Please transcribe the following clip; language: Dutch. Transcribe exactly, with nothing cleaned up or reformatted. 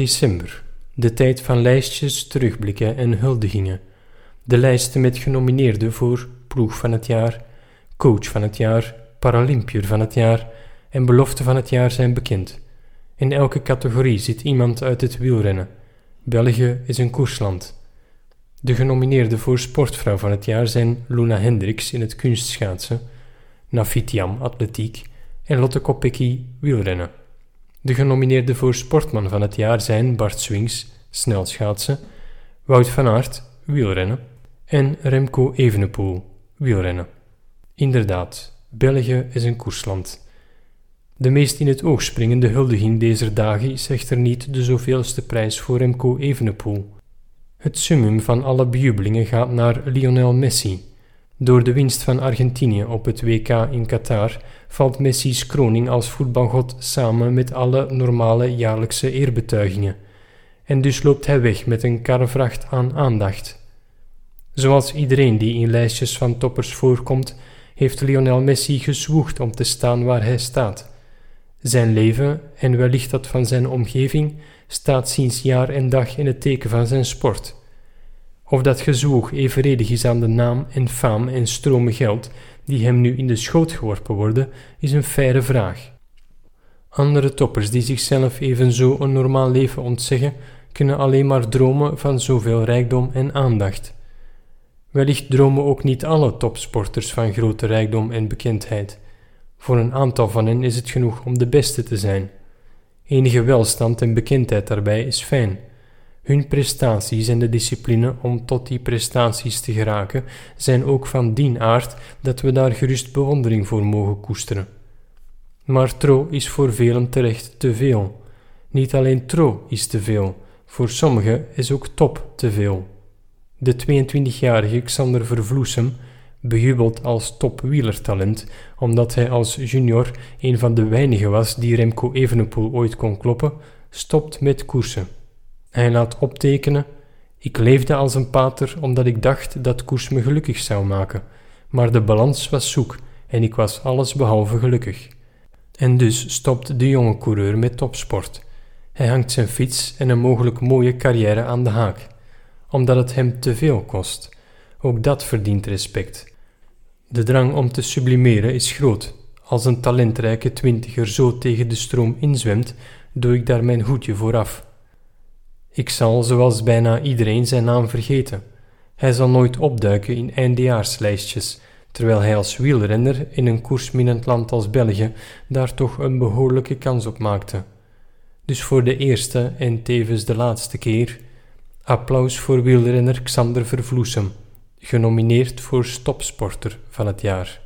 december, de tijd van lijstjes, terugblikken en huldigingen. De lijsten met genomineerden voor ploeg van het jaar, coach van het jaar, Paralympiër van het jaar en belofte van het jaar zijn bekend. In elke categorie zit iemand uit het wielrennen. België is een koersland. De genomineerden voor sportvrouw van het jaar zijn Luna Hendricks in het kunstschaatsen, Nafitiam atletiek en Lotte Kopecky wielrennen. De genomineerden voor sportman van het jaar zijn Bart Swings, snelschaatsen, Wout van Aert, wielrennen en Remco Evenepoel, wielrennen. Inderdaad, België is een koersland. De meest in het oog springende huldiging dezer dagen is echter niet de zoveelste prijs voor Remco Evenepoel. Het summum van alle bejubelingen gaat naar Lionel Messi. Door de winst van Argentinië op het W K in Qatar valt Messi's kroning als voetbalgod samen met alle normale jaarlijkse eerbetuigingen. En dus loopt hij weg met een karrevracht aan aandacht. Zoals iedereen die in lijstjes van toppers voorkomt, heeft Lionel Messi gezwoegd om te staan waar hij staat. Zijn leven, en wellicht dat van zijn omgeving, staat sinds jaar en dag in het teken van zijn sport. Of dat gezwoeg evenredig is aan de naam en faam en stromen geld die hem nu in de schoot geworpen worden, is een faire vraag. Andere toppers die zichzelf evenzo een normaal leven ontzeggen, kunnen alleen maar dromen van zoveel rijkdom en aandacht. Wellicht dromen ook niet alle topsporters van grote rijkdom en bekendheid. Voor een aantal van hen is het genoeg om de beste te zijn. Enige welstand en bekendheid daarbij is fijn. Hun prestaties en de discipline om tot die prestaties te geraken zijn ook van dien aard dat we daar gerust bewondering voor mogen koesteren. Maar tro is voor velen terecht te veel. Niet alleen tro is te veel, voor sommigen is ook top te veel. De tweeëntwintigjarige Xander Vervloesem, bejubeld als topwielertalent, omdat hij als junior een van de weinigen was die Remco Evenepoel ooit kon kloppen, stopt met koersen. Hij laat optekenen: ik leefde als een pater omdat ik dacht dat koers me gelukkig zou maken, maar de balans was zoek en ik was allesbehalve gelukkig. En dus stopt de jonge coureur met topsport. Hij hangt zijn fiets en een mogelijk mooie carrière aan de haak, omdat het hem te veel kost. Ook dat verdient respect. De drang om te sublimeren is groot. Als een talentrijke twintiger zo tegen de stroom inzwemt, doe ik daar mijn hoedje voor af. Ik zal, zoals bijna iedereen, zijn naam vergeten. Hij zal nooit opduiken in eindejaarslijstjes, terwijl hij als wielrenner in een koersminnend land als België daar toch een behoorlijke kans op maakte. Dus voor de eerste en tevens de laatste keer, applaus voor wielrenner Xander Vervloesem, genomineerd voor topsporter van het jaar.